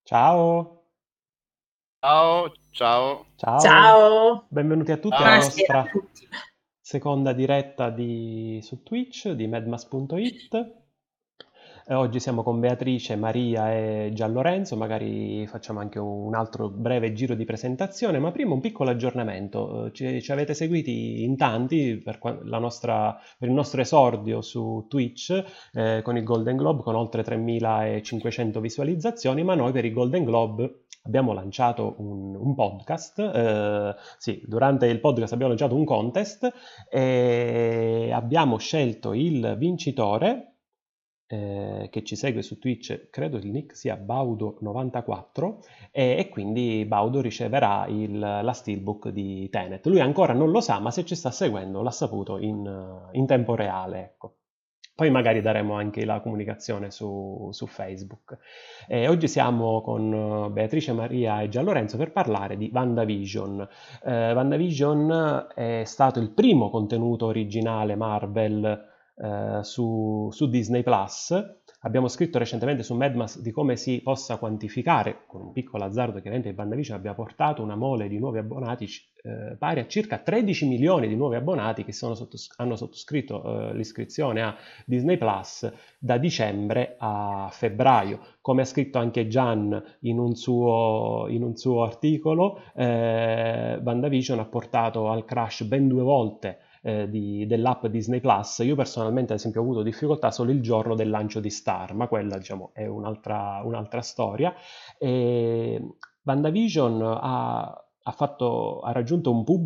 Ciao, Ciao, ciao. ciao, Ciao, benvenuti a tutti alla buonasera a nostra tutti. seconda diretta su Twitch di medmas.it. Oggi siamo con Beatrice, Maria e Gianlorenzo, magari facciamo anche un altro breve giro di presentazione, ma prima un piccolo aggiornamento. Ci avete seguiti in tanti per il nostro esordio su Twitch con il Golden Globe con oltre 3500 visualizzazioni, ma noi per il Golden Globe abbiamo lanciato un podcast. Sì, durante il podcast abbiamo lanciato un contest e abbiamo scelto il vincitore che ci segue su Twitch, credo il nick sia Baudo94 e quindi Baudo riceverà la steelbook di Tenet. Lui ancora non lo sa, ma se ci sta seguendo l'ha saputo in tempo reale, ecco. Poi magari daremo anche la comunicazione su Facebook. Oggi siamo con Beatrice, Maria e Gianlorenzo per parlare di WandaVision. WandaVision è stato il primo contenuto originale Marvel su Disney Plus. Abbiamo scritto recentemente su Medmas di come si possa quantificare, con un piccolo azzardo, chiaramente il WandaVision abbia portato una mole di nuovi abbonati pari a circa 13 milioni di nuovi abbonati che hanno sottoscritto l'iscrizione a Disney Plus da dicembre a febbraio. Come ha scritto anche Gian in un suo articolo, WandaVision ha portato al crash ben due volte dell'app Disney Plus. Io personalmente, ad esempio, ho avuto difficoltà solo il giorno del lancio di Star, ma quella, diciamo, è un'altra storia. E WandaVision ha raggiunto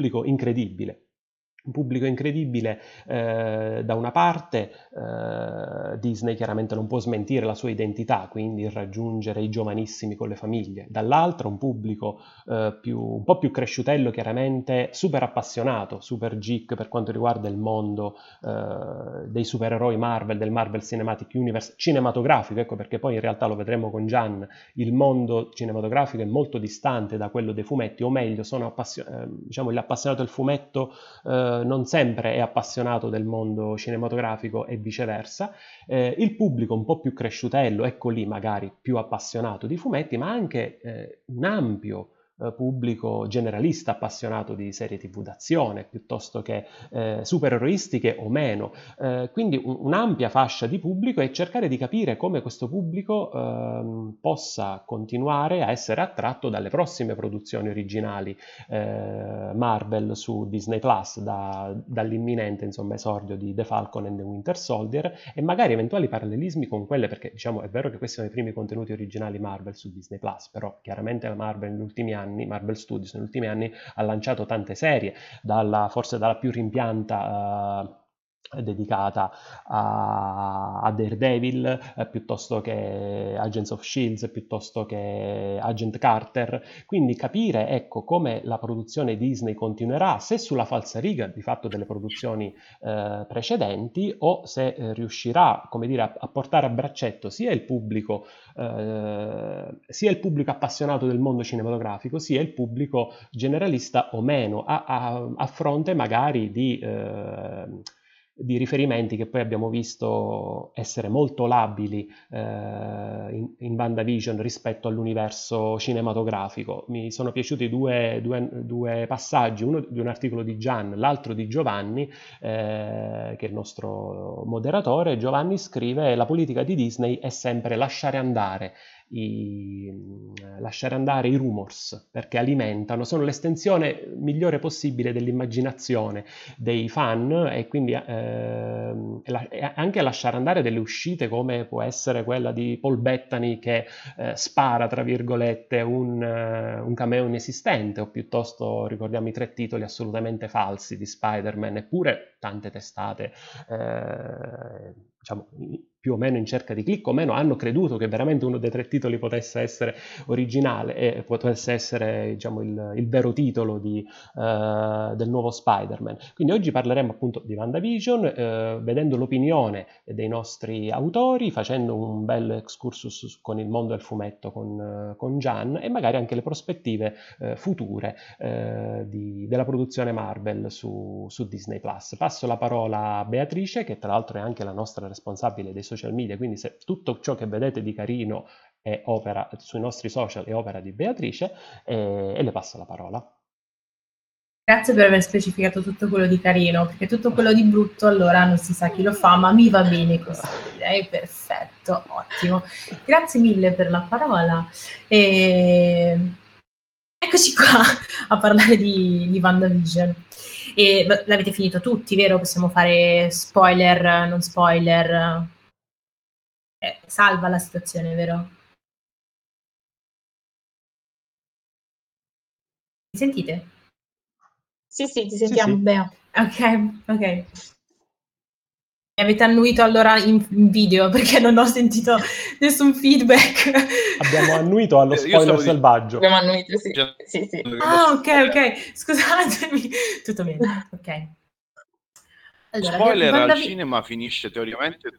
un pubblico incredibile. Da una parte Disney chiaramente non può smentire la sua identità, quindi raggiungere i giovanissimi con le famiglie, dall'altra un pubblico un po' più cresciutello, chiaramente super appassionato, super geek per quanto riguarda il mondo dei supereroi Marvel, del Marvel Cinematic Universe cinematografico, ecco perché poi in realtà lo vedremo con Gian, il mondo cinematografico è molto distante da quello dei fumetti, o meglio, diciamo, l'appassionato del fumetto non sempre è appassionato del mondo cinematografico e viceversa. Il pubblico un po' più cresciutello, ecco lì magari più appassionato di fumetti, ma anche un ampio pubblico generalista appassionato di serie TV d'azione piuttosto che supereroistiche o meno. Quindi un'ampia fascia di pubblico e cercare di capire come questo pubblico possa continuare a essere attratto dalle prossime produzioni originali Marvel su Disney Plus, dall'imminente insomma, esordio di The Falcon and the Winter Soldier e magari eventuali parallelismi con quelle, perché diciamo è vero che questi sono i primi contenuti originali Marvel su Disney Plus, però chiaramente la Marvel negli ultimi anni, Marvel Studios negli ultimi anni ha lanciato tante serie, forse dalla più rimpianta dedicata a Daredevil, piuttosto che Agents of Shields, piuttosto che Agent Carter. Quindi capire, ecco, come la produzione Disney continuerà, se sulla falsariga di fatto delle produzioni precedenti o se riuscirà, come dire, a portare a braccetto sia il pubblico appassionato del mondo cinematografico, sia il pubblico generalista o meno, a fronte magari di riferimenti che poi abbiamo visto essere molto labili in WandaVision rispetto all'universo cinematografico. Mi sono piaciuti due passaggi, uno di un articolo di Gian, l'altro di Giovanni, che è il nostro moderatore. Giovanni scrive: la politica di Disney è sempre lasciare andare i rumors, perché sono l'estensione migliore possibile dell'immaginazione dei fan e quindi e anche lasciare andare delle uscite come può essere quella di Paul Bettany che spara, tra virgolette, un cameo inesistente, o piuttosto ricordiamo i tre titoli assolutamente falsi di Spider-Man, eppure tante testate diciamo, più o meno in cerca di click o meno hanno creduto che veramente uno dei tre titoli potesse essere originale e potesse essere diciamo, il vero titolo del nuovo Spider-Man. Quindi oggi parleremo appunto di WandaVision, vedendo l'opinione dei nostri autori, facendo un bel excursus con il mondo del fumetto con Gian e magari anche le prospettive future della produzione Marvel su Disney Plus. Passo la parola a Beatrice, che tra l'altro è anche la nostra responsabile dei social media, quindi se tutto ciò che vedete di carino è opera, sui nostri social è opera di Beatrice, e le passo la parola. Grazie per aver specificato tutto quello di carino, perché tutto quello di brutto allora non si sa chi lo fa, ma mi va bene così. Perfetto, ottimo. Grazie mille per la parola. Eccoci qua a parlare di WandaVision. E l'avete finito tutti, vero? Possiamo fare spoiler, non spoiler? Salva la situazione, vero? Mi sentite? Sì, ti sentiamo, Sì. Bea. Ok. Mi avete annuito allora in video perché non ho sentito nessun feedback. Abbiamo annuito allo spoiler selvaggio. Abbiamo annuito, sì. Ah, ok. Scusatemi. Tutto bene, ok. Allora, spoiler al cinema finisce teoricamente.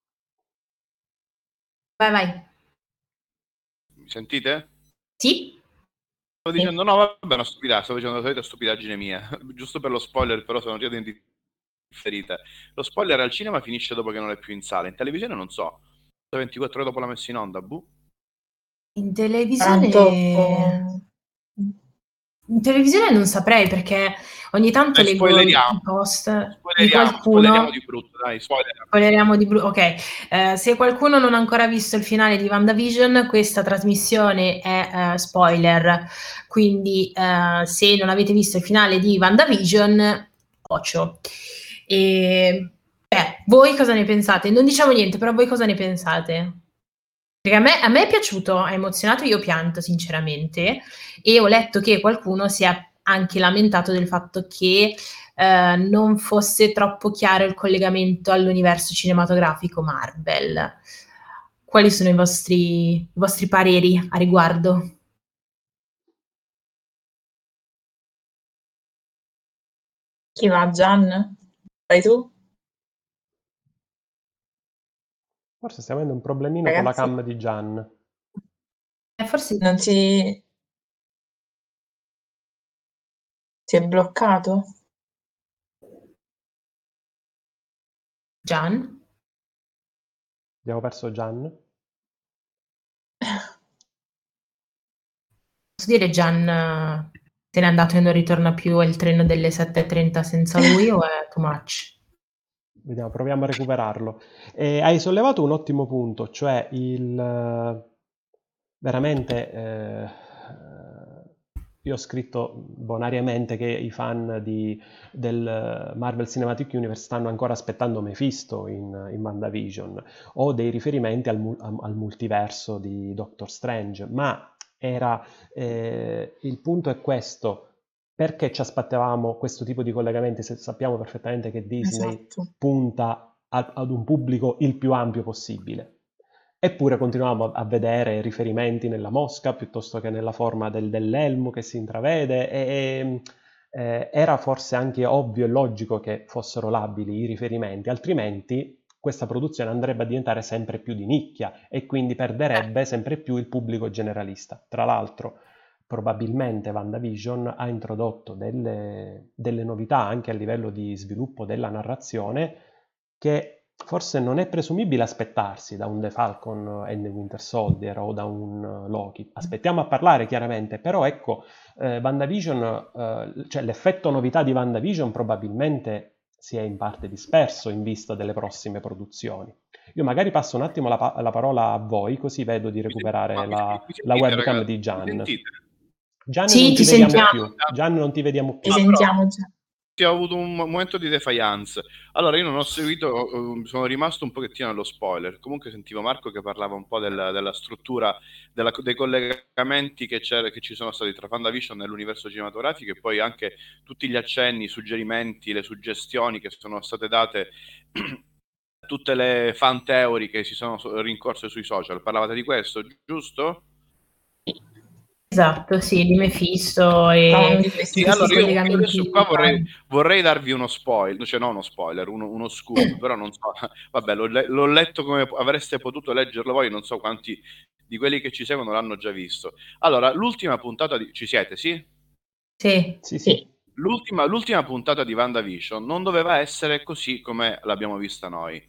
Vai. Mi sentite? Sì. Sto dicendo, no, vabbè, una stupidaggine, sto dicendo la solita stupidaggine mia, giusto per lo spoiler, però sono già differite. Lo spoiler al cinema finisce dopo che non è più in sala, in televisione non so, 24 ore dopo la messa in onda, In televisione... In televisione non saprei, perché ogni tanto leggo i post di qualcuno. Spoileriamo di brutto, dai, spoileriamo di brutto. Ok, se qualcuno non ha ancora visto il finale di WandaVision, questa trasmissione è spoiler, quindi se non avete visto il finale di WandaVision, occhio. Voi cosa ne pensate? Non diciamo niente, però voi cosa ne pensate? Perché a me è piaciuto, ha emozionato, io ho pianto sinceramente, e ho letto che qualcuno si è anche lamentato del fatto che non fosse troppo chiaro il collegamento all'universo cinematografico Marvel. Quali sono i vostri pareri a riguardo? Chi va, Gian? Vai tu? Forse stiamo avendo un problemino con la cam di Gian. Forse non si è bloccato? Gian? Abbiamo perso Gian? Posso dire Gian se n'è andato e non ritorna più al treno delle 7:30 senza lui o è too much? Vediamo, proviamo a recuperarlo. Hai sollevato un ottimo punto, cioè veramente io ho scritto bonariamente che i fan del Marvel Cinematic Universe stanno ancora aspettando Mephisto in WandaVision, o dei riferimenti al multiverso di Doctor Strange, ma il punto è questo. Perché ci aspettavamo questo tipo di collegamenti se sappiamo perfettamente che Disney punta ad un pubblico il più ampio possibile? Eppure continuavamo a vedere riferimenti nella mosca piuttosto che nella forma dell'elmo che si intravede, e era forse anche ovvio e logico che fossero labili i riferimenti, altrimenti questa produzione andrebbe a diventare sempre più di nicchia e quindi perderebbe sempre più il pubblico generalista. Tra l'altro, probabilmente WandaVision ha introdotto delle novità anche a livello di sviluppo della narrazione che forse non è presumibile aspettarsi da un The Falcon and the Winter Soldier o da un Loki. Aspettiamo a parlare chiaramente, però ecco, WandaVision, cioè l'effetto novità di WandaVision probabilmente si è in parte disperso in vista delle prossime produzioni. Io magari passo un attimo la parola a voi, così vedo di recuperare la webcam di Gian. Gian, sì, non ti vediamo più. Gian, non ti vediamo più. Ti sentiamo già. Ho avuto un momento di defiance. Allora, io non ho seguito, sono rimasto un pochettino nello spoiler. Comunque sentivo Marco che parlava un po' della struttura, dei collegamenti che ci sono stati tra WandaVision e l'universo cinematografico, e poi anche tutti gli accenni, i suggerimenti, le suggestioni che sono state date tutte le fan theory che si sono rincorse sui social. Parlavate di questo, giusto? Esatto, sì, di Mephisto e sì, allora io adesso qua vorrei darvi uno spoiler, cioè non uno spoiler, uno scoop, però non so, vabbè, l'ho letto come avreste potuto leggerlo voi, non so quanti di quelli che ci seguono l'hanno già visto. Allora, l'ultima puntata ci siete, sì? Sì. L'ultima puntata di WandaVision non doveva essere così come l'abbiamo vista noi.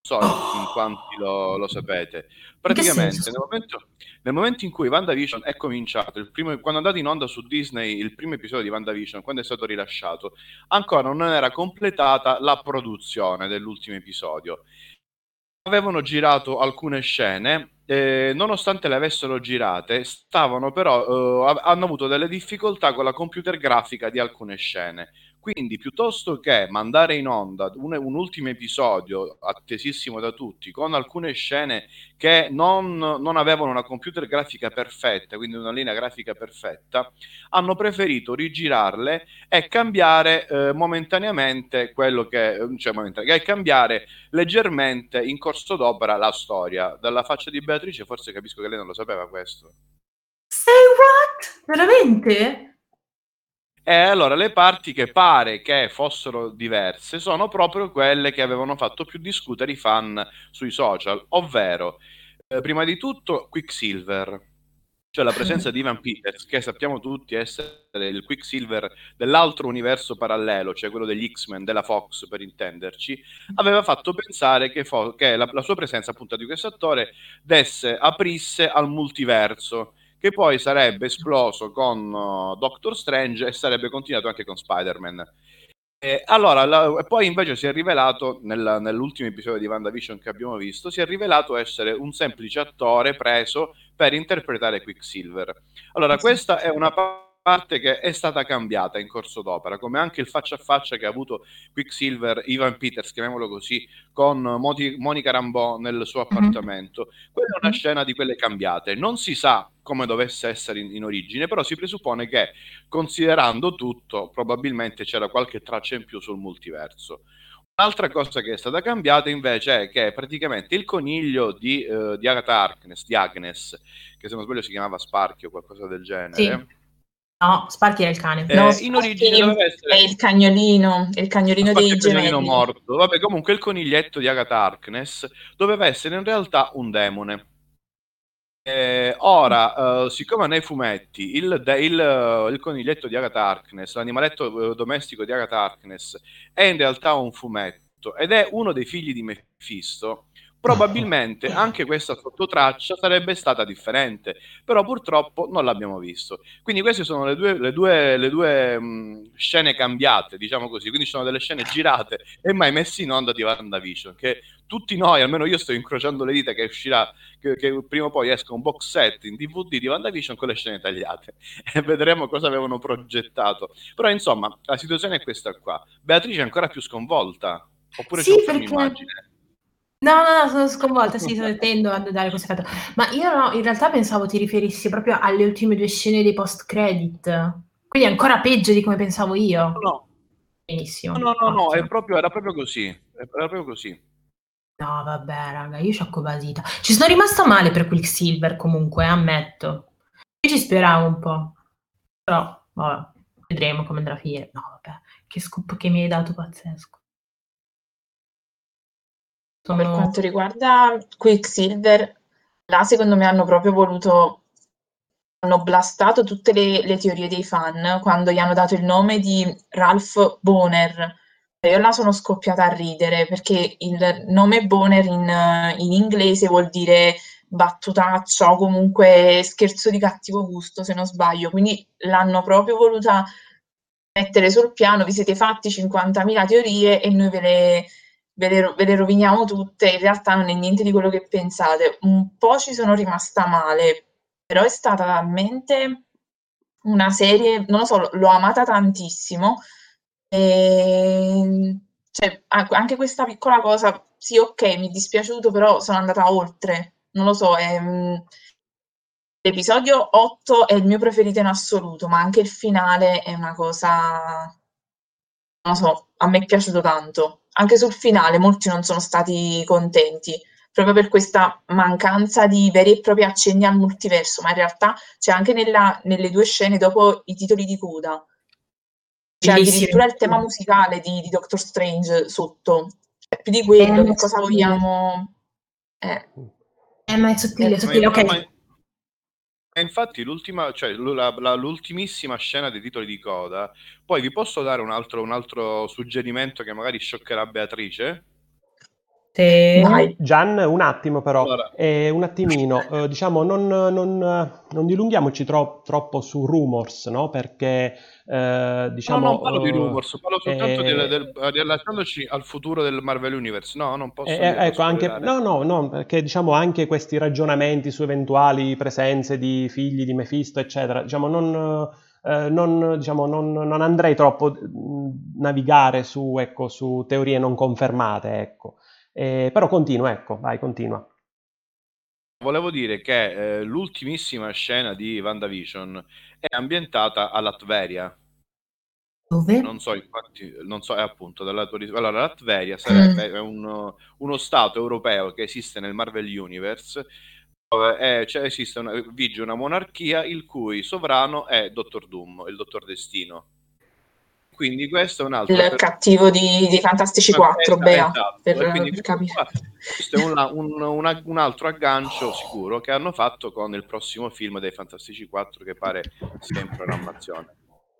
so in quanti lo sapete. In che Praticamente senso? nel momento in cui WandaVision è cominciato, quando è andato in onda su Disney il primo episodio di WandaVision, quando è stato rilasciato, ancora non era completata la produzione dell'ultimo episodio. Avevano girato alcune scene, nonostante le avessero girate, stavano però, hanno avuto delle difficoltà con la computer grafica di alcune scene. Quindi, piuttosto che mandare in onda un ultimo episodio attesissimo da tutti, con alcune scene che non avevano una computer grafica perfetta, quindi una linea grafica perfetta, hanno preferito rigirarle e cambiare momentaneamente e cambiare leggermente in corso d'opera la storia. Dalla faccia di Beatrice forse capisco che lei non lo sapeva questo. Say what? Veramente? E allora le parti che pare che fossero diverse sono proprio quelle che avevano fatto più discutere i fan sui social, ovvero prima di tutto Quicksilver, cioè la presenza di Ivan Peters, che sappiamo tutti essere il Quicksilver dell'altro universo parallelo, cioè quello degli X-Men, della Fox per intenderci, aveva fatto pensare che la sua presenza appunto di questo attore aprisse al multiverso, che poi sarebbe esploso con Doctor Strange e sarebbe continuato anche con Spider-Man. E poi invece si è rivelato, nell'ultimo episodio di WandaVision che abbiamo visto, si è rivelato essere un semplice attore preso per interpretare Quicksilver. Allora, questa è una parte che è stata cambiata in corso d'opera, come anche il faccia a faccia che ha avuto Quicksilver, Ivan Peters, chiamiamolo così, con Monica Rambeau nel suo appartamento. Quella è una scena di quelle cambiate. Non si sa come dovesse essere in origine, però si presuppone che, considerando tutto, probabilmente c'era qualche traccia in più sul multiverso. Un'altra cosa che è stata cambiata invece è che praticamente il coniglio di Agatha Harkness, di Agnes, che se non sbaglio si chiamava Sparky o qualcosa del genere. Sì. No, Sparky è il cane. No, In origine doveva essere è il cagnolino dei gemelli. morto. Vabbè, comunque il coniglietto di Agatha Harkness doveva essere in realtà un demone. Ora, siccome nei fumetti il coniglietto di Agatha Harkness, l'animaletto domestico di Agatha Harkness, è in realtà un fumetto ed è uno dei figli di Mephisto, probabilmente anche questa sottotraccia sarebbe stata differente, però purtroppo non l'abbiamo visto. Quindi queste sono le due scene cambiate, diciamo così. Quindi ci sono delle scene girate e mai messe in onda di WandaVision, che tutti noi, almeno io sto incrociando le dita che uscirà, che prima o poi esca un box set in DVD di WandaVision con le scene tagliate e vedremo cosa avevano progettato. Però insomma, la situazione è questa qua. Beatrice è ancora più sconvolta, oppure Sì, c'è un fermo perché... immagine? No, sono sconvolta, sì, tendo a dare questo effetto. Ma io no, in realtà pensavo ti riferissi proprio alle ultime 2 scene dei post-credit. Quindi ancora peggio di come pensavo io. No. Benissimo. No, Ottimo. era proprio così. Era proprio così. No, vabbè, raga, io sciocco basita. Ci sono rimasta male per Quicksilver comunque, ammetto. Io ci speravo un po'. Però, vabbè, vedremo come andrà a finire. No, vabbè, che scoop che mi hai dato pazzesco. Per quanto riguarda Quicksilver, là secondo me hanno proprio hanno blastato tutte le teorie dei fan quando gli hanno dato il nome di Ralph Boner. Io là sono scoppiata a ridere perché il nome Boner in inglese vuol dire battutaccia o comunque scherzo di cattivo gusto, se non sbaglio. Quindi l'hanno proprio voluta mettere sul piano, vi siete fatti 50.000 teorie e noi ve le roviniamo tutte, in realtà non è niente di quello che pensate. Un po' ci sono rimasta male, però è stata talmente una serie, non lo so, l'ho amata tantissimo. Cioè, anche questa piccola cosa, sì, ok, mi è dispiaciuto, però sono andata oltre. Non lo so, l'episodio 8 è il mio preferito in assoluto, ma anche il finale è una cosa, non lo so, a me è piaciuto tanto. Anche sul finale molti non sono stati contenti, proprio per questa mancanza di veri e propri accenni al multiverso, ma in realtà c'è anche nelle 2 scene dopo i titoli di coda. C'è addirittura il tema musicale di Doctor Strange sotto. Più di quello, che cosa vogliamo... ma è sottile, ok. E infatti l'ultimissima scena dei titoli di coda, poi vi posso dare un altro suggerimento che magari scioccherà Beatrice? Vai. Gian, un attimo però, Allora. un attimino, diciamo non dilunghiamoci troppo su rumors, no? Perché No, non parlo di rumors, parlo soltanto eh, rilasciandoci al futuro del Marvel Universe. No, non posso dirlo, ecco, anche, spoilerare. no, perché diciamo anche questi ragionamenti su eventuali presenze di figli di Mephisto, eccetera, diciamo non andrei troppo navigare su, ecco, su teorie non confermate, ecco. Però continua, ecco, vai, continua. Volevo dire che l'ultimissima scena di WandaVision è ambientata a Latveria. Dove? Non so, infatti, non so, è appunto allora, Latveria sarebbe uno stato europeo che esiste nel Marvel Universe, dove vige una monarchia il cui sovrano è Dottor Doom, il Dottor Destino. Quindi questo è un altro Il cattivo di Fantastici 4, Bea, esatto. per E quindi capire. questo è un altro aggancio sicuro che hanno fatto con il prossimo film dei Fantastici 4 che pare sia in programmazione.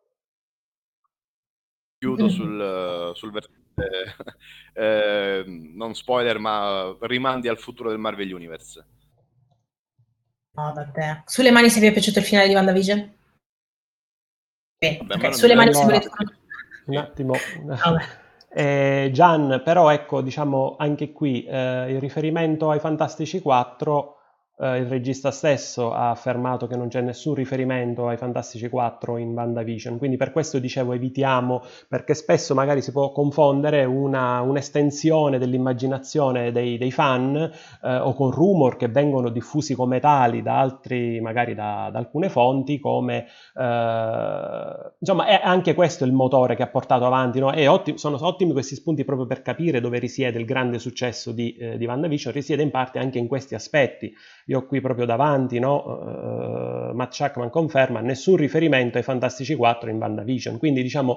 Chiudo sul versante non spoiler, ma rimandi al futuro del Marvel Universe. No, vabbè. Sulle mani se vi è piaciuto il finale di WandaVision? Vabbè, Ok, sulle mani se volete... Un attimo. Vabbè. Gian, però ecco, diciamo anche qui il riferimento ai Fantastici 4, il regista stesso ha affermato che non c'è nessun riferimento ai Fantastici 4 in WandaVision, quindi per questo dicevo evitiamo, perché spesso magari si può confondere un'estensione dell'immaginazione dei fan o con rumor che vengono diffusi come tali da altri, magari da alcune fonti, come insomma è anche questo il motore che ha portato avanti, no? Sono ottimi questi spunti proprio per capire dove risiede il grande successo di WandaVision, risiede in parte anche in questi aspetti. Io ho qui proprio davanti, no? Matt Shakman conferma nessun riferimento ai Fantastici 4 in WandaVision, quindi diciamo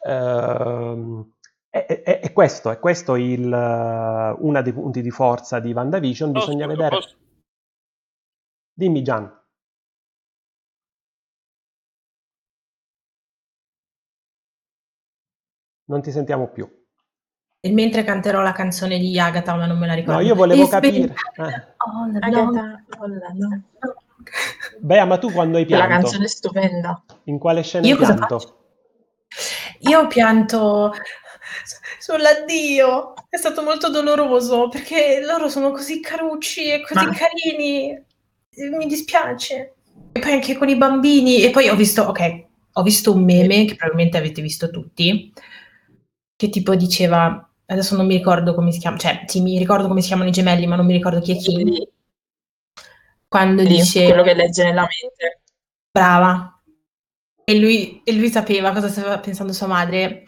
è questo uno dei punti di forza di WandaVision, bisogna vedere. Dimmi Gian. Non ti sentiamo più. E mentre canterò la canzone di Agatha, ma non me la ricordo. No, io volevo It's been capire. all along. Agatha, all along. Bea, ma tu quando hai Quella pianto? canzone è stupenda. In quale scena Io hai cosa pianto? faccio? Io pianto sull'addio. È stato molto doloroso perché loro sono così carucci e così carini. Mi dispiace. E poi anche con i bambini. E poi ho visto un meme che probabilmente avete visto tutti, che tipo diceva, adesso non mi ricordo come si chiama, cioè sì, mi ricordo come si chiamano i gemelli, ma non mi ricordo chi è chi. Quando dice quello che legge nella mente. brava. E lui sapeva cosa stava pensando sua madre.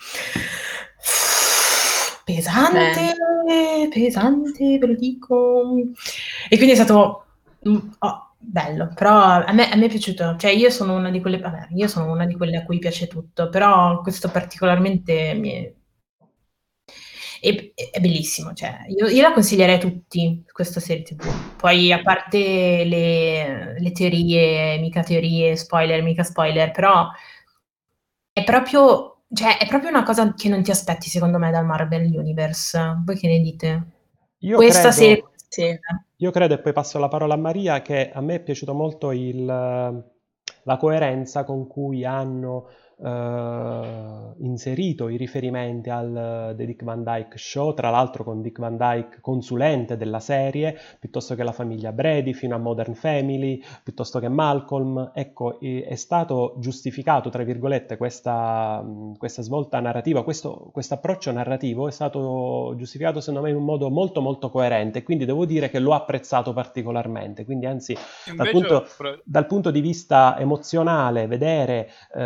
Pesante, ve lo dico. E quindi è stato bello, però a me è piaciuto. Cioè io sono una di quelle a cui piace tutto, però questo particolarmente è bellissimo, cioè io la consiglierei a tutti, questa serie TV. Poi a parte le teorie, mica spoiler, però è proprio una cosa che non ti aspetti secondo me dal Marvel Universe. Voi che ne dite? Questa serie... Sì. Io credo, e poi passo la parola a Maria, che a me è piaciuto molto la coerenza con cui hanno inserito i riferimenti al The Dick Van Dyke Show, tra l'altro con Dick Van Dyke consulente della serie, piuttosto che la famiglia Brady, fino a Modern Family, piuttosto che Malcolm. Ecco, è stato giustificato, tra virgolette, questa svolta narrativa, questo approccio narrativo è stato giustificato secondo me in un modo molto molto coerente, quindi devo dire che l'ho apprezzato particolarmente, quindi anzi dal punto di vista emozionale vedere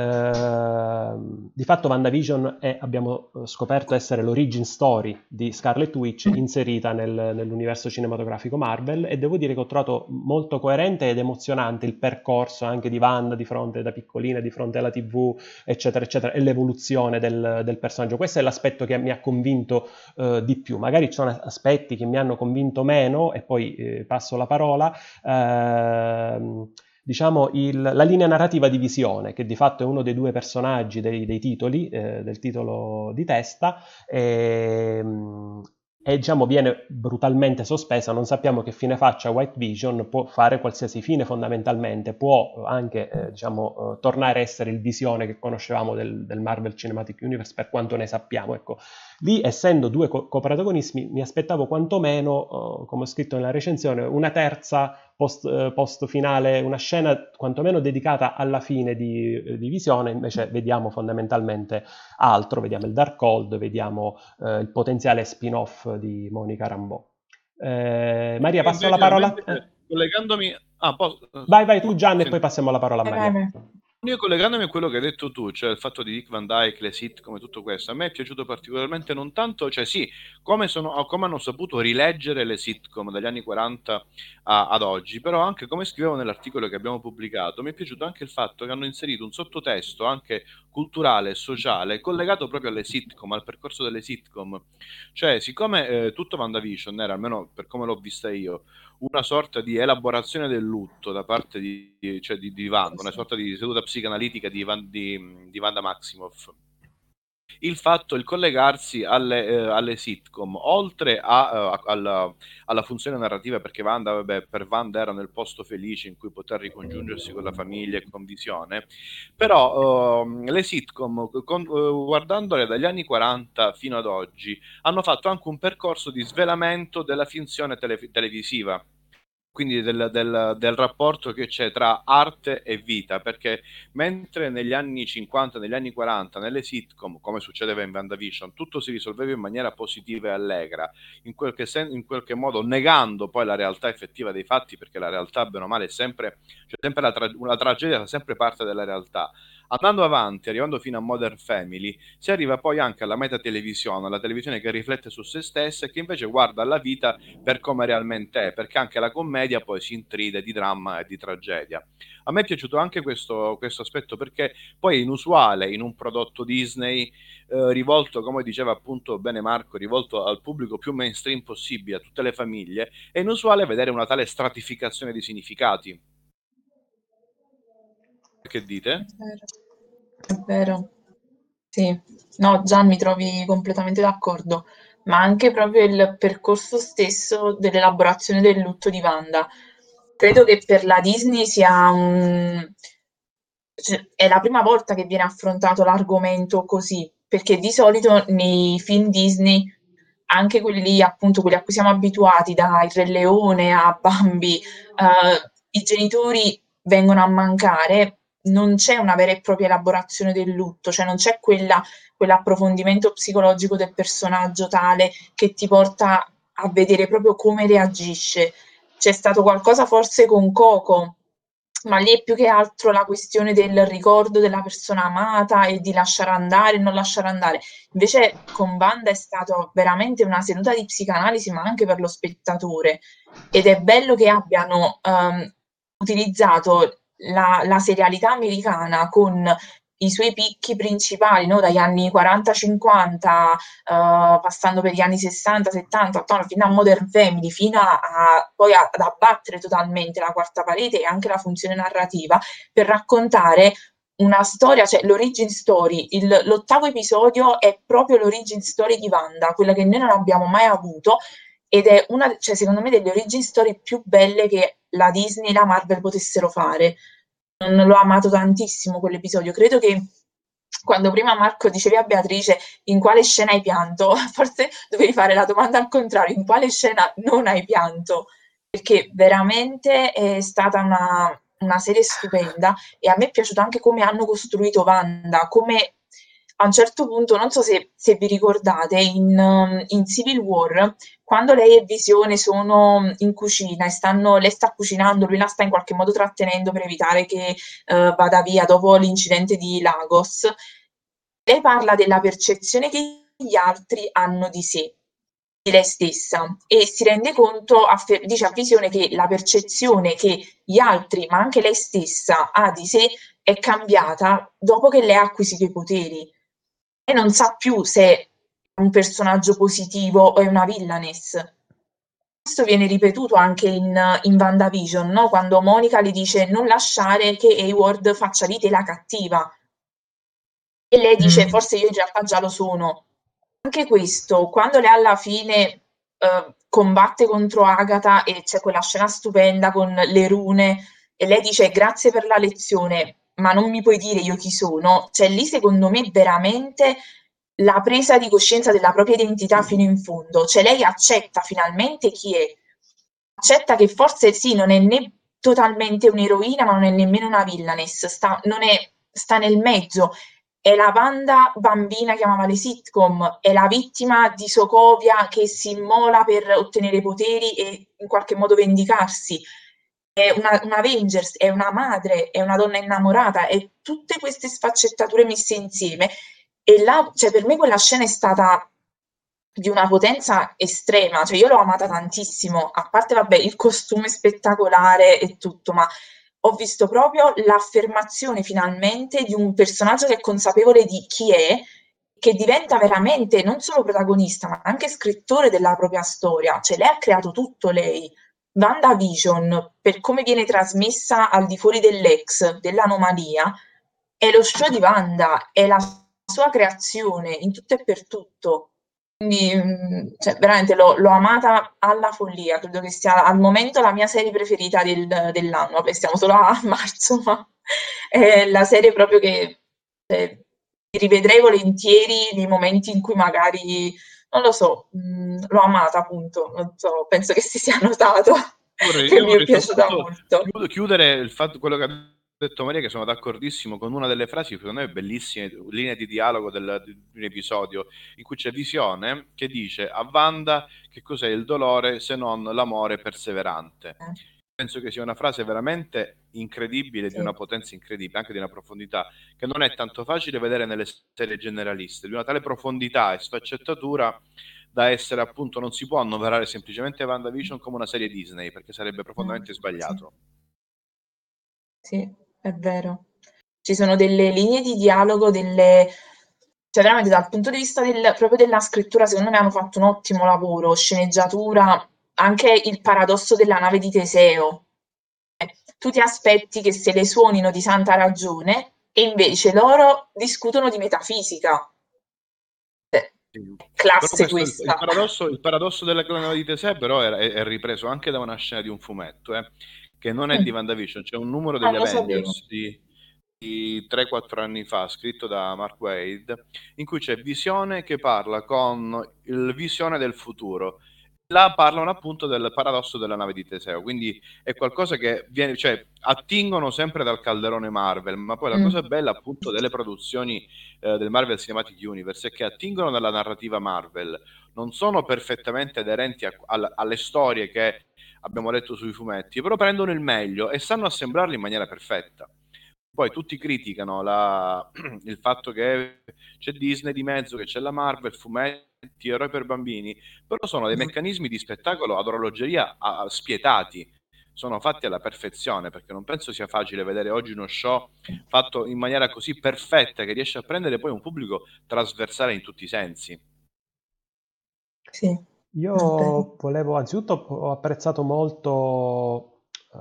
di fatto WandaVision abbiamo scoperto essere l'origin story di Scarlet Witch inserita nell'universo cinematografico Marvel, e devo dire che ho trovato molto coerente ed emozionante il percorso anche di Wanda di fronte da piccolina, di fronte alla TV, eccetera eccetera, e l'evoluzione del personaggio. Questo è l'aspetto che mi ha convinto di più. Magari ci sono aspetti che mi hanno convinto meno, e poi passo la parola. Diciamo la linea narrativa di Visione, che di fatto è uno dei due personaggi dei titoli, del titolo di testa, e diciamo viene brutalmente sospesa, non sappiamo che fine faccia White Vision, può fare qualsiasi fine fondamentalmente, può anche tornare a essere il Visione che conoscevamo del Marvel Cinematic Universe per quanto ne sappiamo, ecco. Lì, essendo due coprotagonisti, mi aspettavo quantomeno, come ho scritto nella recensione, una terza post finale, una scena quantomeno dedicata alla fine di Visione, invece vediamo fondamentalmente altro, vediamo il Darkhold, vediamo il potenziale spin-off di Monica Rambeau. Maria, passo la parola. Collegandomi... Vai tu Gianni e poi passiamo la parola a Maria. Io collegandomi a quello che hai detto tu, cioè il fatto di Dick Van Dyke, le sitcom e tutto questo, a me è piaciuto particolarmente non tanto, cioè sì, come hanno saputo rileggere le sitcom dagli anni 40 ad oggi, però anche come scrivevo nell'articolo che abbiamo pubblicato, mi è piaciuto anche il fatto che hanno inserito un sottotesto anche culturale e sociale collegato proprio alle sitcom, al percorso delle sitcom. Cioè, siccome tutto WandaVision era, almeno per come l'ho vista io, una sorta di elaborazione del lutto da parte di Wanda, una sorta di seduta psicanalitica di Wanda Maximoff. Il collegarsi alle sitcom, oltre alla funzione narrativa, perché per Wanda era nel posto felice in cui poter ricongiungersi con la famiglia e con Visione, però le sitcom, guardandole dagli anni 40 fino ad oggi, hanno fatto anche un percorso di svelamento della finzione televisiva. Quindi del rapporto che c'è tra arte e vita, perché mentre negli anni 50, negli anni 40, nelle sitcom, come succedeva in WandaVision, tutto si risolveva in maniera positiva e allegra, in qualche modo negando poi la realtà effettiva dei fatti, perché la realtà, bene o male, è sempre, cioè sempre una tragedia fa sempre parte della realtà. Andando avanti, arrivando fino a Modern Family, si arriva poi anche alla metatelevisione, alla televisione che riflette su se stessa e che invece guarda la vita per come realmente è, perché anche la commedia poi si intride di dramma e di tragedia. A me è piaciuto anche questo aspetto, perché poi è inusuale in un prodotto Disney rivolto, come diceva appunto bene Marco, rivolto al pubblico più mainstream possibile, a tutte le famiglie, è inusuale vedere una tale stratificazione di significati. Che dite? È vero. Sì, no, Gian, mi trovi completamente d'accordo, ma anche proprio il percorso stesso dell'elaborazione del lutto di Wanda. Credo che per la Disney sia è la prima volta che viene affrontato l'argomento così, perché di solito nei film Disney, anche quelli appunto quelli a cui siamo abituati, da Il Re Leone a Bambi, i genitori vengono a mancare, non c'è una vera e propria elaborazione del lutto, cioè non c'è quell'approfondimento psicologico del personaggio tale che ti porta a vedere proprio come reagisce. C'è stato qualcosa forse con Coco, ma lì è più che altro la questione del ricordo della persona amata e di lasciare andare e non lasciare andare. Invece con Wanda è stata veramente una seduta di psicanalisi, ma anche per lo spettatore. Ed è bello che abbiano utilizzato la serialità americana con i suoi picchi principali, no? Dagli anni 40-50, passando per gli anni 60-70, fino a Modern Family, fino poi ad abbattere totalmente la quarta parete e anche la funzione narrativa, per raccontare una storia, cioè l'origin story. L'ottavo episodio è proprio l'origin story di Wanda, quella che noi non abbiamo mai avuto, ed è una, cioè, secondo me, delle origin story più belle che la Disney e la Marvel potessero fare. Non l'ho amato tantissimo quell'episodio. Credo che quando prima Marco dicevi a Beatrice in quale scena hai pianto, forse dovevi fare la domanda al contrario, in quale scena non hai pianto, perché veramente è stata una serie stupenda e a me è piaciuto anche come hanno costruito Wanda, come a un certo punto, non so se vi ricordate, in Civil War, quando lei e Visione sono in cucina e lei sta cucinando, lui la sta in qualche modo trattenendo per evitare che vada via dopo l'incidente di Lagos, lei parla della percezione che gli altri hanno di sé, di lei stessa, e si rende conto, dice a Visione che la percezione che gli altri, ma anche lei stessa, ha di sé è cambiata dopo che lei ha acquisito i poteri. E non sa più se è un personaggio positivo o è una villainess. Questo viene ripetuto anche in WandaVision, no? Quando Monica le dice non lasciare che Hayward faccia di te la cattiva. E lei dice forse io in realtà già lo sono. Anche questo, quando lei alla fine combatte contro Agatha e c'è quella scena stupenda con le rune e lei dice grazie per la lezione, ma non mi puoi dire io chi sono. Cioè lì secondo me veramente la presa di coscienza della propria identità fino in fondo, cioè lei accetta finalmente chi è, accetta che forse sì, non è né totalmente un'eroina, ma non è nemmeno una villainess, sta nel mezzo. È la Wanda bambina che amava le sitcom, è la vittima di Sokovia che si immola per ottenere poteri e in qualche modo vendicarsi. È una Avengers, è una madre, è una donna innamorata, è tutte queste sfaccettature messe insieme. E là, cioè, per me quella scena è stata di una potenza estrema, cioè io l'ho amata tantissimo, a parte vabbè il costume spettacolare e tutto, ma ho visto proprio l'affermazione finalmente di un personaggio che è consapevole di chi è, che diventa veramente non solo protagonista, ma anche scrittore della propria storia, cioè lei ha creato tutto lei. WandaVision, per come viene trasmessa al di fuori dell'ex, dell'anomalia, è lo show di Wanda, è la sua creazione in tutto e per tutto. Quindi, cioè, veramente l'ho amata alla follia, credo che sia al momento la mia serie preferita dell'anno. Vabbè, stiamo solo a marzo, ma è la serie proprio che rivedrei volentieri nei momenti in cui magari, non lo so, l'ho amata appunto, non so, penso che si sia notato che Io mi è vorrei piaciuta soltanto molto. chiudere il fatto, quello che ha detto Maria, che sono d'accordissimo con una delle frasi, secondo me bellissime, linee di dialogo di un episodio in cui c'è Visione che dice a Wanda che cos'è il dolore se non l'amore perseverante. Penso che sia una frase veramente incredibile, di Sì, una potenza incredibile, anche di una profondità che non è tanto facile vedere nelle serie generaliste, di una tale profondità e sfaccettatura da essere appunto, non si può annoverare semplicemente WandaVision come una serie Disney, perché sarebbe profondamente sì, sbagliato. sì, è vero. Ci sono delle linee di dialogo, cioè veramente dal punto di vista proprio della scrittura, secondo me hanno fatto un ottimo lavoro, sceneggiatura, anche il paradosso della nave di Teseo. Tu ti aspetti che se le suonino di santa ragione e invece loro discutono di metafisica. Sì. Però Classe questo, questa. il paradosso della clonava di Teseo però è ripreso anche da una scena di un fumetto, che non è di Mm, WandaVision, c'è un numero non degli lo sapevo. Avengers di 3-4 anni fa, scritto da Mark Waid, in cui c'è Visione che parla con il Visione del futuro. Là parlano appunto del paradosso della nave di Teseo, quindi è qualcosa che viene, cioè attingono sempre dal calderone Marvel, ma poi la cosa Mm, bella appunto delle produzioni del Marvel Cinematic Universe è che attingono dalla narrativa Marvel, non sono perfettamente aderenti alle storie che abbiamo letto sui fumetti, però prendono il meglio e sanno assemblarli in maniera perfetta. Poi tutti criticano il fatto che c'è Disney di mezzo, che c'è la Marvel, fumetti, eroi per bambini, però sono dei meccanismi di spettacolo ad orologeria spietati, sono fatti alla perfezione, perché non penso sia facile vedere oggi uno show fatto in maniera così perfetta che riesce a prendere poi un pubblico trasversale in tutti i sensi. sì, è vero. Io volevo, anzitutto ho apprezzato molto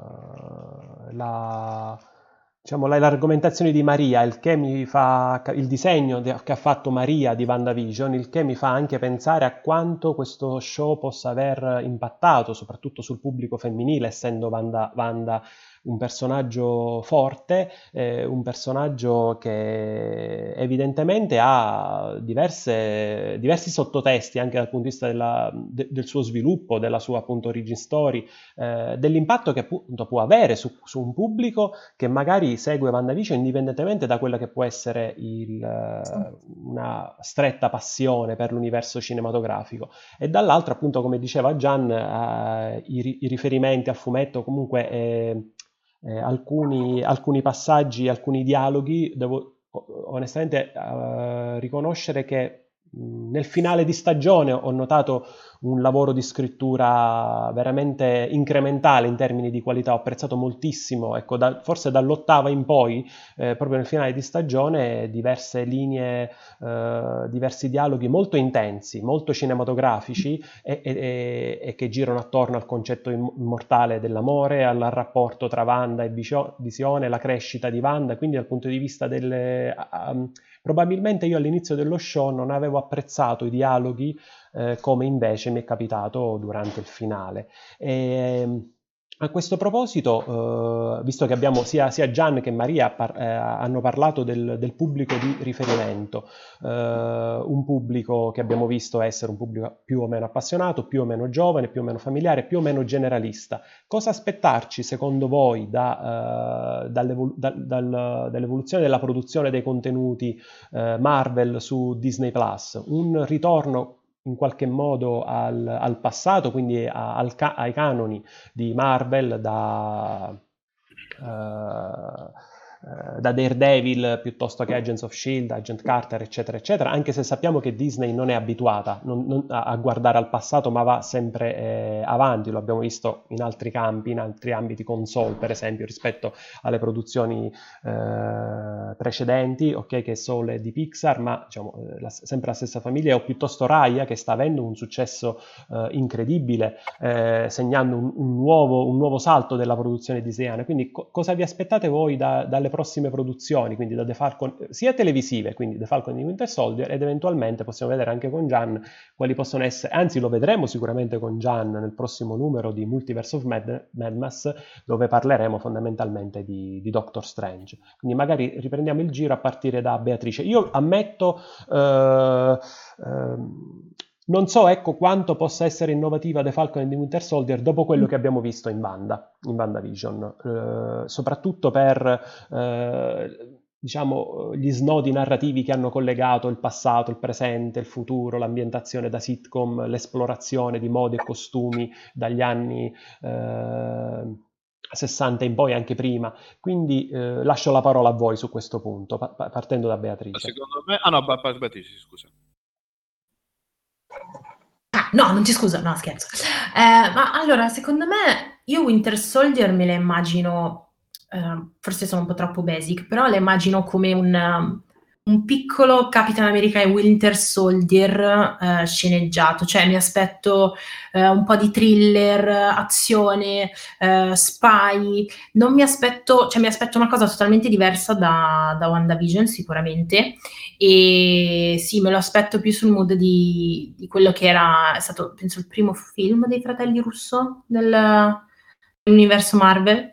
diciamo, le argomentazioni di Maria, il che mi fa, il disegno che ha fatto Maria di WandaVision, il che mi fa anche pensare a quanto questo show possa aver impattato, soprattutto sul pubblico femminile, essendo Wanda un personaggio forte, un personaggio che evidentemente ha diversi sottotesti anche dal punto di vista del suo sviluppo, della sua appunto origin story, dell'impatto che appunto può avere su un pubblico che magari segue WandaVision indipendentemente da quella che può essere Sì. una stretta passione per l'universo cinematografico. E dall'altro appunto come diceva Gian, i riferimenti al fumetto comunque alcuni passaggi, alcuni dialoghi, devo onestamente riconoscere che nel finale di stagione ho notato un lavoro di scrittura veramente incrementale in termini di qualità, ho apprezzato moltissimo, ecco, forse dall'ottava in poi, proprio nel finale di stagione, diverse linee, diversi dialoghi molto intensi, molto cinematografici e che girano attorno al concetto immortale dell'amore, al rapporto tra Wanda e Visione, la crescita di Wanda, quindi dal punto di vista probabilmente io all'inizio dello show non avevo apprezzato i dialoghi come invece mi è capitato durante il finale. A questo proposito, visto che abbiamo sia Gian che Maria hanno parlato del pubblico di riferimento, un pubblico che abbiamo visto essere un pubblico più o meno appassionato, più o meno giovane, più o meno familiare, più o meno generalista. Cosa aspettarci secondo voi dall'evoluzione della produzione dei contenuti Marvel su Disney Plus? Un ritorno in qualche modo al passato, quindi ai canoni di Marvel, da Daredevil piuttosto che Agents of S.H.I.E.L.D., Agent Carter, eccetera, eccetera, anche se sappiamo che Disney non è abituata a guardare al passato, ma va sempre avanti. Lo abbiamo visto in altri campi, in altri ambiti, console per esempio, rispetto alle produzioni precedenti, ok, che sono le di Pixar, ma diciamo sempre la stessa famiglia, o piuttosto Raya, che sta avendo un successo incredibile, segnando un nuovo salto della produzione disneyana. Quindi cosa vi aspettate voi dalle prossime produzioni, quindi da The Falcon, sia televisive, quindi The Falcon e The Winter Soldier, ed eventualmente possiamo vedere anche con Gian quali possono essere, anzi lo vedremo sicuramente con Gian nel prossimo numero di Multiverse of Madness, dove parleremo fondamentalmente di Doctor Strange. Quindi magari riprendiamo il giro a partire da Beatrice. Io ammetto non so, ecco, quanto possa essere innovativa The Falcon and the Winter Soldier dopo quello che abbiamo visto in WandaVision, soprattutto per diciamo gli snodi narrativi che hanno collegato il passato, il presente, il futuro, l'ambientazione da sitcom, l'esplorazione di modi e costumi dagli anni 60 in poi, anche prima. Quindi lascio la parola a voi su questo punto, partendo da Beatrice. Secondo me... Beatrice, scusa. No, non ti scusa, no, scherzo. Ma allora, secondo me, io Winter Soldier me la immagino, forse sono un po' troppo basic, però la immagino come un piccolo Capitan America e Winter Soldier sceneggiato, cioè mi aspetto un po' di thriller, azione, spy, non mi aspetto, cioè mi aspetto una cosa totalmente diversa da WandaVision sicuramente, e sì, me lo aspetto più sul mood di quello che è stato, penso, il primo film dei fratelli Russo dell'universo Marvel.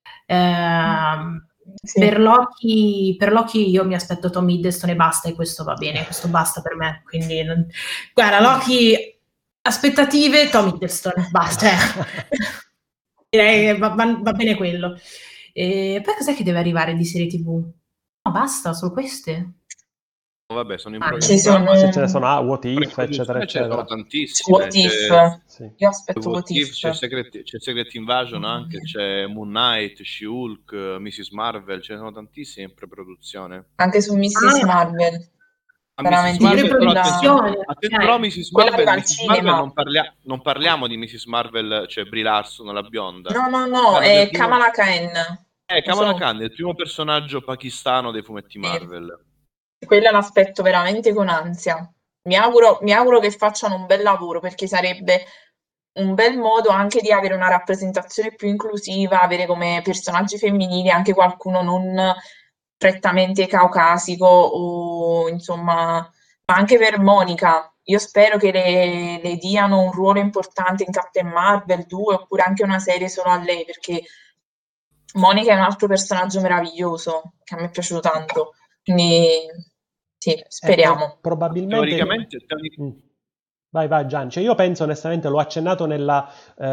Sì. Per Loki io mi aspetto Tom Hiddleston e basta, e questo va bene, questo basta per me, quindi guarda, Loki, aspettative, Tom Hiddleston, basta, direi che va bene quello. E poi cos'è che deve arrivare di serie TV? No, basta, solo queste. Vabbè, sono in ce ne sono What If, eccetera, eccetera. Ce ne sono tantissime. What If. Sì. Io aspetto What If. C'è Secret Invasion anche, c'è Moon Knight, She-Hulk, Mrs. Marvel, ce ne sono tantissime in pre-produzione. Anche su Mrs. Marvel. Veramente però Mrs. Marvel non parliamo di Mrs. Marvel, cioè Brie Larson, la bionda. No, è Kamala Khan. Kamala Khan, il primo personaggio pakistano dei fumetti Marvel. Quella l'aspetto veramente con ansia. Mi auguro che facciano un bel lavoro, perché sarebbe un bel modo anche di avere una rappresentazione più inclusiva, avere come personaggi femminili anche qualcuno non prettamente caucasico, o insomma, ma anche per Monica. Io spero che le diano un ruolo importante in Captain Marvel 2, oppure anche una serie solo a lei, perché Monica è un altro personaggio meraviglioso che a me è piaciuto tanto. Quindi sì, speriamo. Probabilmente... Vai Gian. Cioè, io penso onestamente, l'ho accennato nella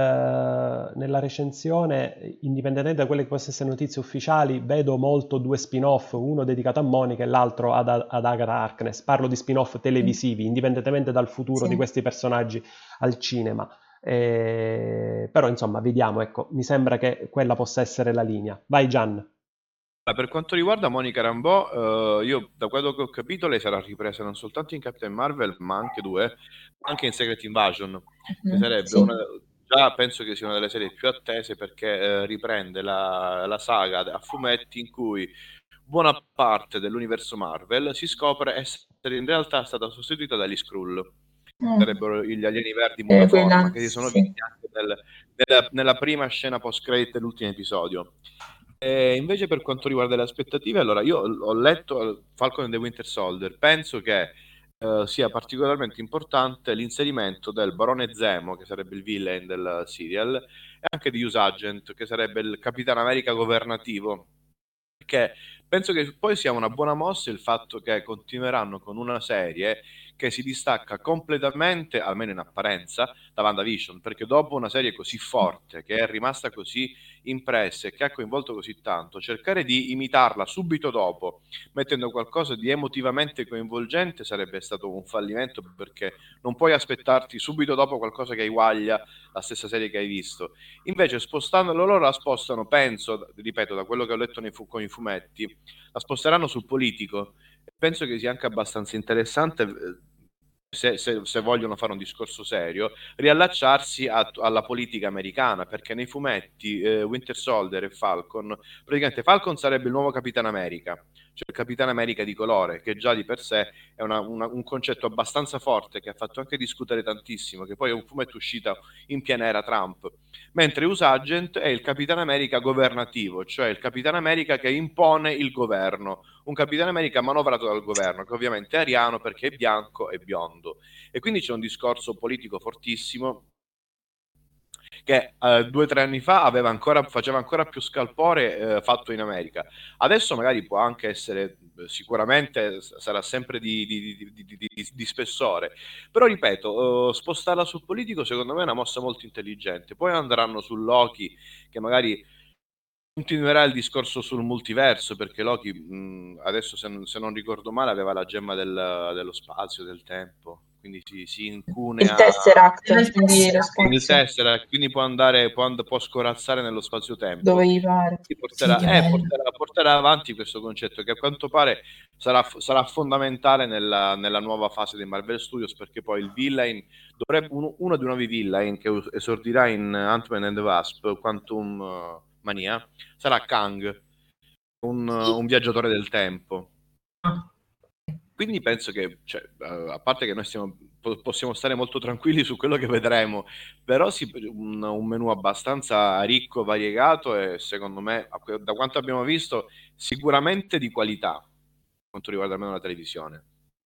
recensione, indipendentemente da quelle che possono essere notizie ufficiali, vedo molto due spin-off, uno dedicato a Monica e l'altro ad Agatha Harkness. Parlo di spin-off televisivi, indipendentemente dal futuro di questi personaggi al cinema. Però insomma, vediamo, ecco, mi sembra che quella possa essere la linea. Vai Gian. Per quanto riguarda Monica Rambeau, io da quello che ho capito lei sarà ripresa non soltanto in Captain Marvel, ma anche in Secret Invasion, che sarebbe già penso che sia una delle serie più attese, perché riprende la saga a fumetti in cui buona parte dell'universo Marvel si scopre essere in realtà stata sostituita dagli Skrull. Sarebbero gli alieni verdi mutaforma, che si sono visti anche nella prima scena post-credit dell'ultimo episodio. Invece per quanto riguarda le aspettative, allora io ho letto Falcon and the Winter Soldier, penso che sia particolarmente importante l'inserimento del Barone Zemo, che sarebbe il villain del serial, e anche di Usagent, che sarebbe il Capitano America governativo. Perché penso che poi sia una buona mossa il fatto che continueranno con una serie che si distacca completamente, almeno in apparenza, da WandaVision, perché dopo una serie così forte, che è rimasta così impressa e che ha coinvolto così tanto, cercare di imitarla subito dopo, mettendo qualcosa di emotivamente coinvolgente, sarebbe stato un fallimento, perché non puoi aspettarti subito dopo qualcosa che eguaglia la stessa serie che hai visto. Invece, spostandolo loro, la spostano, penso, ripeto, da quello che ho letto con i fumetti, la sposteranno sul politico. Penso che sia anche abbastanza interessante, se vogliono fare un discorso serio, riallacciarsi alla politica americana, perché nei fumetti Winter Soldier e Falcon, praticamente Falcon sarebbe il nuovo Capitano America, cioè il Capitano America di colore, che già di per sé è un concetto abbastanza forte, che ha fatto anche discutere tantissimo, che poi è un fumetto uscito in piena era Trump. Mentre Usagent è il Capitano America governativo, cioè il Capitano America che impone il governo, un Capitano America manovrato dal governo, che ovviamente è ariano perché è bianco e biondo. E quindi c'è un discorso politico fortissimo che 2 o 3 anni fa faceva ancora più scalpore, fatto in America. Adesso magari può anche essere, sicuramente sarà sempre di spessore, però ripeto, spostarla sul politico secondo me è una mossa molto intelligente. Poi andranno su Loki, che magari continuerà il discorso sul multiverso, perché Loki adesso, se non ricordo male, aveva la gemma dello spazio, del tempo, quindi si incunea Il Tesseract, Il quindi lo Tesseract. il spazio, Tesseract, quindi può scorazzare nello spazio-tempo. dove gli pare. Quindi Sì, che bello. porterà avanti questo concetto, che a quanto pare sarà fondamentale nella nuova fase dei Marvel Studios, perché poi il villain uno dei nuovi villain che esordirà in Ant-Man and the Wasp, Quantum Mania, sarà Kang, un viaggiatore del tempo. Ah. Quindi penso che, cioè, a parte che noi possiamo stare molto tranquilli su quello che vedremo, però un menù abbastanza ricco, variegato e secondo me, da quanto abbiamo visto, sicuramente di qualità, per quanto riguarda almeno la televisione.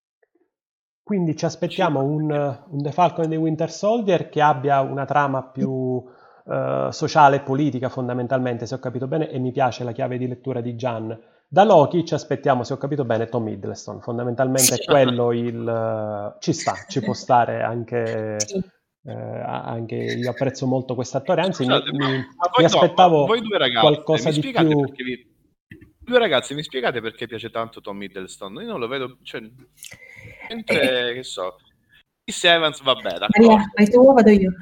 Quindi ci aspettiamo un The Falcon e The Winter Soldier che abbia una trama più sociale e politica fondamentalmente, se ho capito bene, e mi piace la chiave di lettura di Gian. Da Loki ci aspettiamo, se ho capito bene, Tom Hiddleston. Fondamentalmente Sì. quello ci sta, ci può stare anche, Sì. anche io apprezzo molto quest'attore, anzi Scusate, mi ma aspettavo voi due ragazze, qualcosa mi di spiegate più. perché due ragazze, mi spiegate perché piace tanto Tom Hiddleston? Io non lo vedo, cioè, mentre, che so, Chris Evans, vabbè, d'accordo. Maria, vai tu o vado io?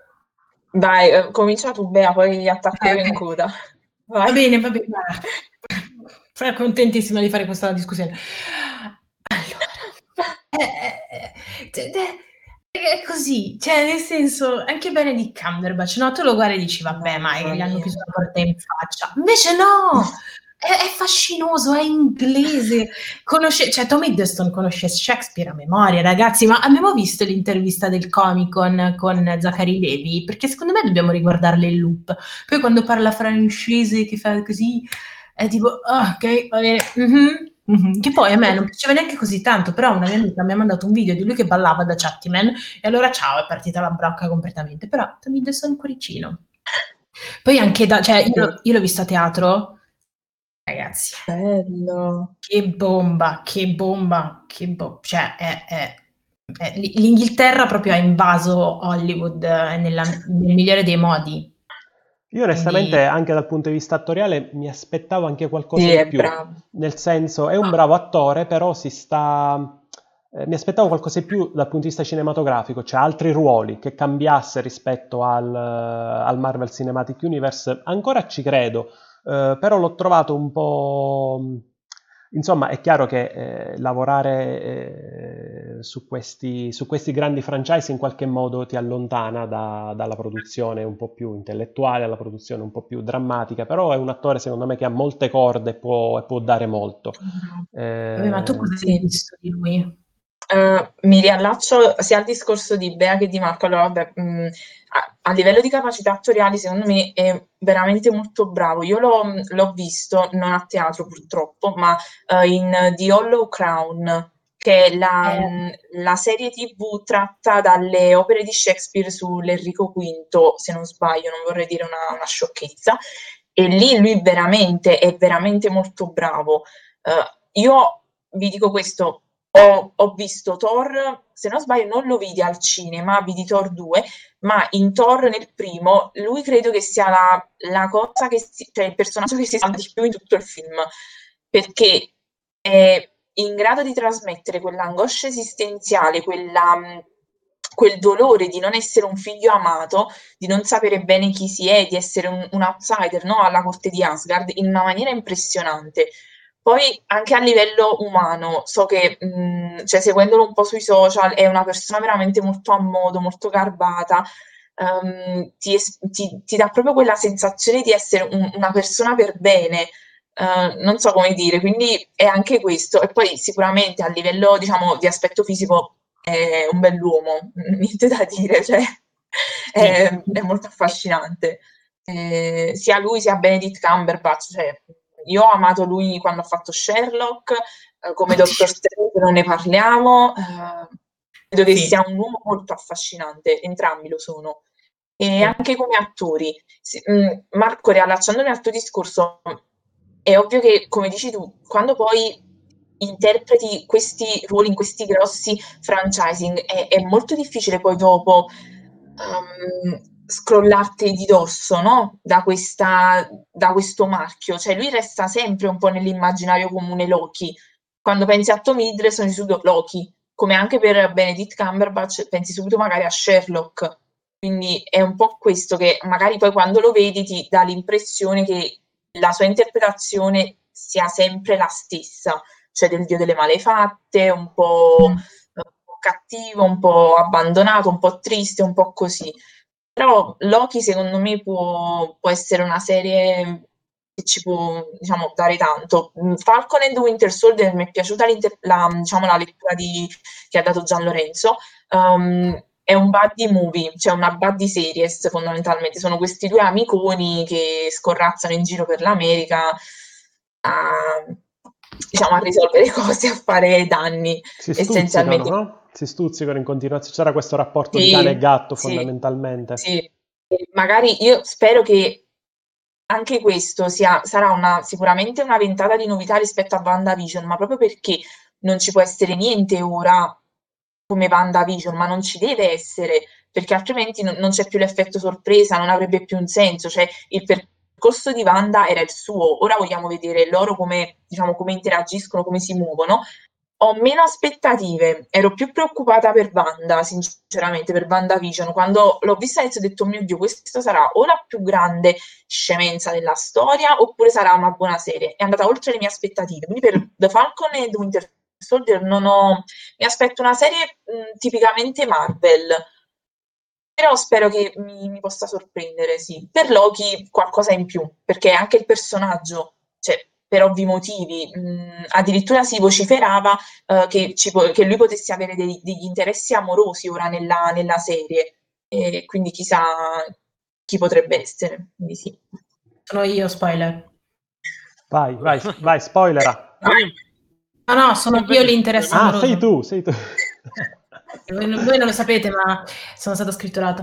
Dai, comincia tu, Bea, poi gli attacco io in Ok. coda. Va Vai. bene, va bene. Sono contentissima di fare questa discussione. Allora, è così, cioè nel senso, anche Benedict Cumberbatch, no? Tu lo guardi e dici, vabbè, ma Mamma gli hanno mia. chiuso la porta in faccia. Invece no! È fascinoso, è inglese. Cioè, Tom Hiddleston conosce Shakespeare a memoria, ragazzi, ma abbiamo visto l'intervista del Comic-Con con Zachary Levi? Perché secondo me dobbiamo riguardarle in loop. Poi quando parla francese, che fa così, è tipo, ok, va bene. Che poi a me non piaceva neanche così tanto, però una mia amica mi ha mandato un video di lui che ballava da Chattyman e allora ciao, è partita la brocca completamente, però Tom Hiddleston cuoricino. Poi anche cioè io l'ho visto a teatro, ragazzi, Bello. che bomba, cioè l'Inghilterra proprio ha invaso Hollywood nel migliore dei modi. Io onestamente, Quindi anche dal punto di vista attoriale, mi aspettavo anche qualcosa Sì, di è più. bravo. Nel senso, è un bravo attore, però mi aspettavo qualcosa di più dal punto di vista cinematografico, cioè altri ruoli che cambiasse rispetto al Marvel Cinematic Universe. Ancora ci credo, però l'ho trovato un po'. Insomma, è chiaro che lavorare su questi grandi franchise in qualche modo ti allontana dalla produzione un po' più intellettuale alla produzione un po' più drammatica, però è un attore secondo me che ha molte corde e può dare molto. vabbè, ma tu cosa hai Sì. visto di lui? Mi riallaccio sia al discorso di Bea che di Marco. Allora, vabbè, a livello di capacità attoriali, secondo me è veramente molto bravo. Io l'ho visto non a teatro purtroppo, ma in The Hollow Crown, che è la serie TV tratta dalle opere di Shakespeare sull'Enrico V, se non sbaglio, non vorrei dire una sciocchezza, e lì lui è veramente molto bravo. Io vi dico questo, ho visto Thor, se non sbaglio non lo vidi al cinema, vidi Thor 2, ma in Thor nel primo, lui credo che sia la cosa cioè il personaggio che si sa di più in tutto il film, perché è in grado di trasmettere quell'angoscia esistenziale, quel dolore di non essere un figlio amato, di non sapere bene chi si è, di essere un outsider, no, alla corte di Asgard, in una maniera impressionante. Poi anche a livello umano, so che cioè, seguendolo un po' sui social, è una persona veramente molto a modo, molto garbata, ti dà proprio quella sensazione di essere una persona per bene. Non so come dire, quindi è anche questo. E poi sicuramente a livello, diciamo, di aspetto fisico è un bell'uomo, niente da dire, cioè è molto affascinante. Sia lui sia Benedict Cumberbatch, cioè, io ho amato lui quando ha fatto Sherlock, come Doctor Strange non ne parliamo, credo che sia un uomo molto affascinante, entrambi lo sono. E anche come attori. Marco, riallacciandomi al tuo discorso, è ovvio che, come dici tu, quando poi interpreti questi ruoli in questi grossi franchising, è molto difficile poi dopo scrollarti di dosso, no? Da questo marchio. Cioè lui resta sempre un po' nell'immaginario comune Loki. Quando pensi a Tom Hiddleston dici subito Loki, come anche per Benedict Cumberbatch pensi subito magari a Sherlock. Quindi è un po' questo che magari poi quando lo vedi ti dà l'impressione che la sua interpretazione sia sempre la stessa, cioè del dio delle malefatte, un po' cattivo, un po' abbandonato, un po' triste, un po' così. Però Loki secondo me può essere una serie che ci può, diciamo, dare tanto. Falcon and the Winter Soldier mi è piaciuta diciamo, la lettura che ha dato Gian Lorenzo. È un buddy movie, cioè una buddy series fondamentalmente. Sono questi due amiconi che scorrazzano in giro per l'America diciamo, a risolvere cose, a fare danni Si essenzialmente. stuzzicano, no? Si stuzzicano in continuazione. C'era questo rapporto di cane e gatto fondamentalmente. Sì. Magari io spero che anche questo sarà sicuramente una ventata di novità rispetto a WandaVision, ma proprio perché non ci può essere niente ora come WandaVision, ma non ci deve essere, perché altrimenti non c'è più l'effetto sorpresa, non avrebbe più un senso, cioè il percorso di Wanda era il suo, ora vogliamo vedere loro come, diciamo, come interagiscono, come si muovono. Ho meno aspettative, ero più preoccupata per Wanda, sinceramente, per WandaVision. Quando l'ho vista all'inizio ho detto, mio Dio, questa sarà o la più grande scemenza della storia, oppure sarà una buona serie. È andata oltre le mie aspettative. Quindi per The Falcon e The Winter Soldier mi aspetto una serie tipicamente Marvel, però spero che mi possa sorprendere, sì. Per Loki qualcosa in più, perché anche il personaggio, cioè, per ovvi motivi, addirittura si vociferava che lui potesse avere degli interessi amorosi ora nella serie, e quindi chissà chi potrebbe essere. Quindi sì. Sono io, spoiler. Vai, spoilera. No, sono io l'interesse amoroso. Sei tu. Voi non lo sapete, ma sono stato scritturato.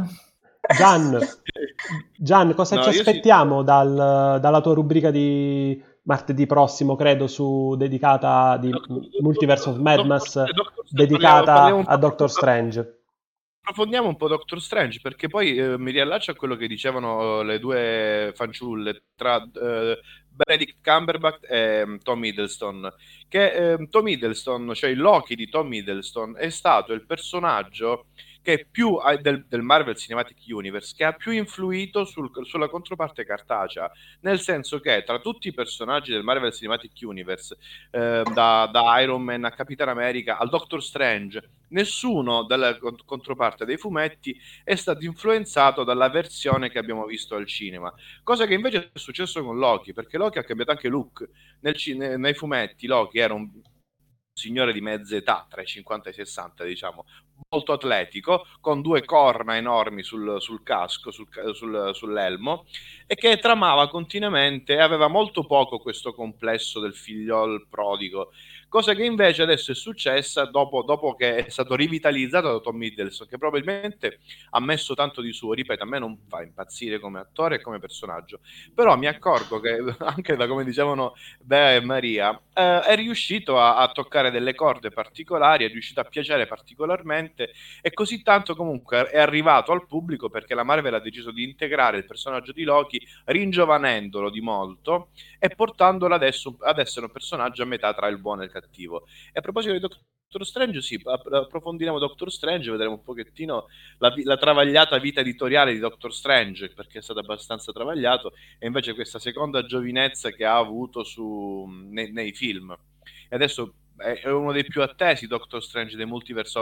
Gian, cosa ci aspettiamo dalla tua rubrica di martedì prossimo, credo, dedicata di Multiverse of Madness, dedicata a Doctor Strange? Approfondiamo un po' Doctor Strange, perché poi mi riallaccio a quello che dicevano le due fanciulle tra Benedict Cumberbatch e Tom Hiddleston, che Tom Hiddleston, cioè il Loki di Tom Hiddleston, è stato il personaggio che più del Marvel Cinematic Universe che ha più influito sulla controparte cartacea, nel senso che tra tutti i personaggi del Marvel Cinematic Universe, da Iron Man a Capitan America al Doctor Strange, nessuno della controparte dei fumetti è stato influenzato dalla versione che abbiamo visto al cinema, cosa che invece è successo con Loki, perché Loki ha cambiato anche look. Nei fumetti Loki era un signore di mezza età, tra i 50 e i 60, diciamo, molto atletico, con 2 corna enormi sul casco, sull'elmo, e che tramava continuamente e aveva molto poco questo complesso del figliol prodigo, cosa che invece adesso è successa dopo che è stato rivitalizzato da Tom Hiddleston, che probabilmente ha messo tanto di suo. Ripeto, a me non fa impazzire come attore e come personaggio, però mi accorgo che anche da come dicevano Bea e Maria, è riuscito a toccare delle corde particolari, è riuscito a piacere particolarmente, e così tanto comunque è arrivato al pubblico perché la Marvel ha deciso di integrare il personaggio di Loki, ringiovanendolo di molto e portandolo adesso ad essere un personaggio a metà tra il buono e il cattivo. E a proposito di Doctor Strange, sì, approfondiremo Doctor Strange, vedremo un pochettino la travagliata vita editoriale di Doctor Strange, perché è stato abbastanza travagliato, e invece questa seconda giovinezza che ha avuto nei film. E adesso è uno dei più attesi, Doctor Strange, dei Multiverse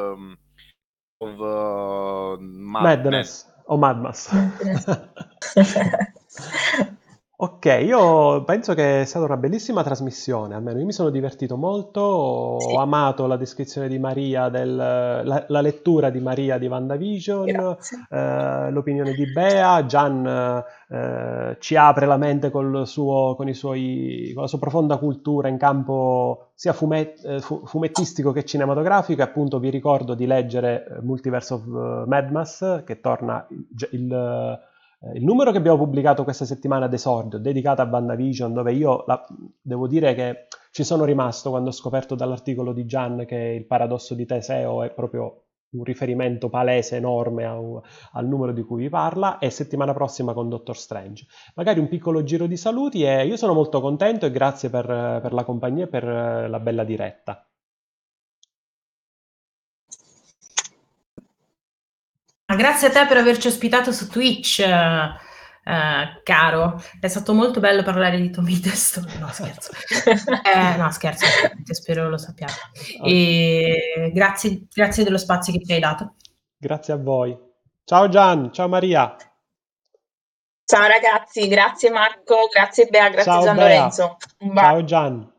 of Madness o Madmas. Ok, io penso che è stata una bellissima trasmissione, almeno io mi sono divertito molto, ho Sì. amato la descrizione di Maria, la lettura di Maria di WandaVision, l'opinione di Bea, Gian ci apre la mente con la sua profonda cultura in campo sia fumettistico che cinematografico, e appunto vi ricordo di leggere Multiverse of Madness, che torna il numero che abbiamo pubblicato questa settimana d'esordio, dedicato a WandaVision, dove io devo dire che ci sono rimasto quando ho scoperto dall'articolo di Gian che il paradosso di Teseo è proprio un riferimento palese, enorme al numero di cui vi parla, e settimana prossima con Doctor Strange. Magari un piccolo giro di saluti, e io sono molto contento e grazie per la compagnia e per la bella diretta. Grazie a te per averci ospitato su Twitch, caro. È stato molto bello parlare di Tom Hiddleston. No, scherzo. No, scherzo, spero lo sappiate. E grazie dello spazio che ci hai dato. Grazie a voi. Ciao Gian, ciao Maria. Ciao ragazzi, grazie Marco, grazie Bea, grazie Ciao Gian Bea. Lorenzo. Un bacio. Ciao Gian.